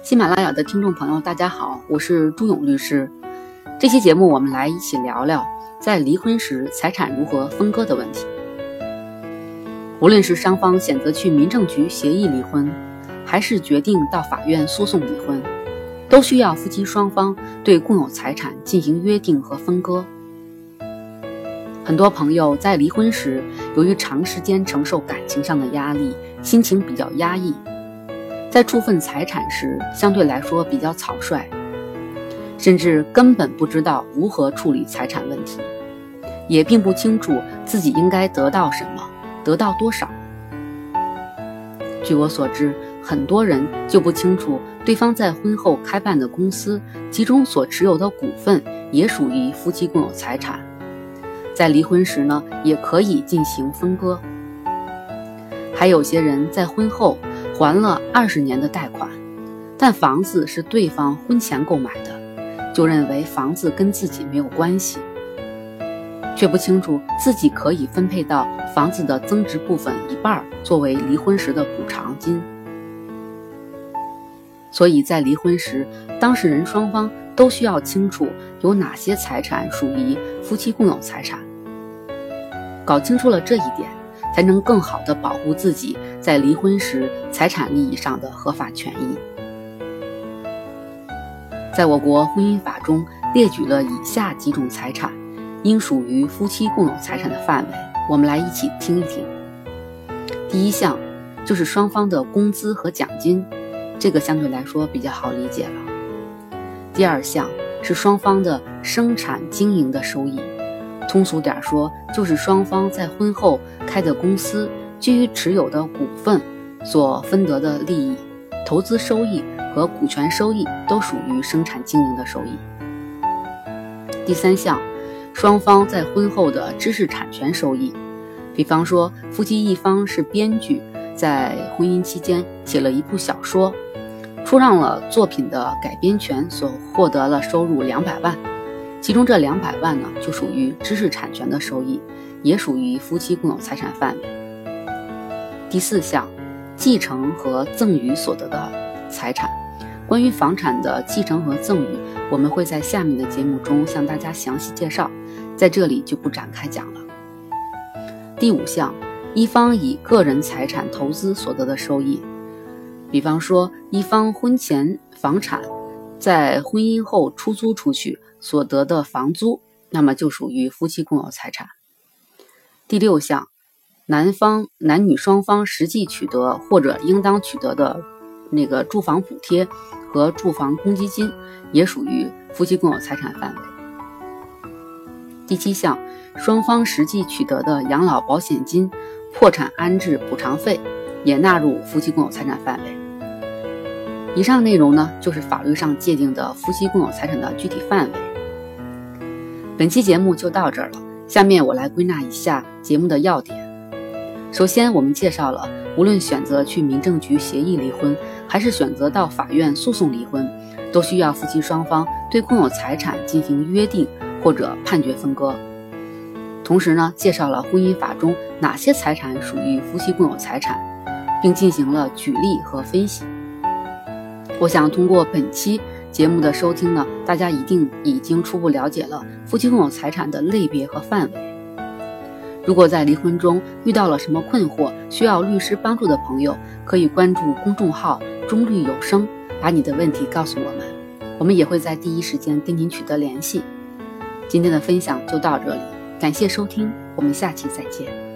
喜马拉雅的听众朋友大家好，我是朱勇律师。这期节目我们来一起聊聊在离婚时财产如何分割的问题。无论是双方选择去民政局协议离婚，还是决定到法院诉讼离婚，都需要夫妻双方对共有财产进行约定和分割。很多朋友在离婚时，由于长时间承受感情上的压力，心情比较压抑，在处分财产时相对来说比较草率，甚至根本不知道如何处理财产问题，也并不清楚自己应该得到什么，得到多少。据我所知，很多人就不清楚对方在婚后开办的公司，其中所持有的股份也属于夫妻共有财产，在离婚时呢，也可以进行分割。还有些人在婚后还了20年的贷款，但房子是对方婚前购买的，就认为房子跟自己没有关系，却不清楚自己可以分配到房子的增值部分一半作为离婚时的补偿金。所以在离婚时，当事人双方都需要清楚有哪些财产属于夫妻共有财产。搞清楚了这一点，才能更好地保护自己在离婚时财产利益上的合法权益。在我国婚姻法中列举了以下几种财产应属于夫妻共有财产的范围，我们来一起听一听。第一项就是双方的工资和奖金，这个相对来说比较好理解了。第二项是双方的生产经营的收益，通俗点说，就是双方在婚后开的公司基于持有的股份所分得的利益，投资收益和股权收益都属于生产经营的收益。第三项，双方在婚后的知识产权收益，比方说夫妻一方是编剧，在婚姻期间写了一部小说，出让了作品的改编权，所获得了收入200万，其中这200万呢，就属于知识产权的收益，也属于夫妻共有财产范围。第四项，继承和赠与所得的财产。关于房产的继承和赠与，我们会在下面的节目中向大家详细介绍，在这里就不展开讲了。第五项，一方以个人财产投资所得的收益，比方说一方婚前房产在婚姻后出租出去所得的房租，那么就属于夫妻共有财产。第六项，男女双方实际取得或者应当取得的住房补贴和住房公积金，也属于夫妻共有财产范围。第七项，双方实际取得的养老保险金、破产安置补偿费也纳入夫妻共有财产范围。以上内容呢，就是法律上界定的夫妻共有财产的具体范围。本期节目就到这儿了，下面我来归纳一下节目的要点。首先，我们介绍了无论选择去民政局协议离婚，还是选择到法院诉讼离婚，都需要夫妻双方对共有财产进行约定或者判决分割。同时呢，介绍了婚姻法中哪些财产属于夫妻共有财产，并进行了举例和分析。我想通过本期节目的收听呢，大家一定已经初步了解了夫妻共有财产的类别和范围。如果在离婚中遇到了什么困惑，需要律师帮助的朋友，可以关注公众号中律有声，把你的问题告诉我们，我们也会在第一时间跟您取得联系。今天的分享就到这里，感谢收听，我们下期再见。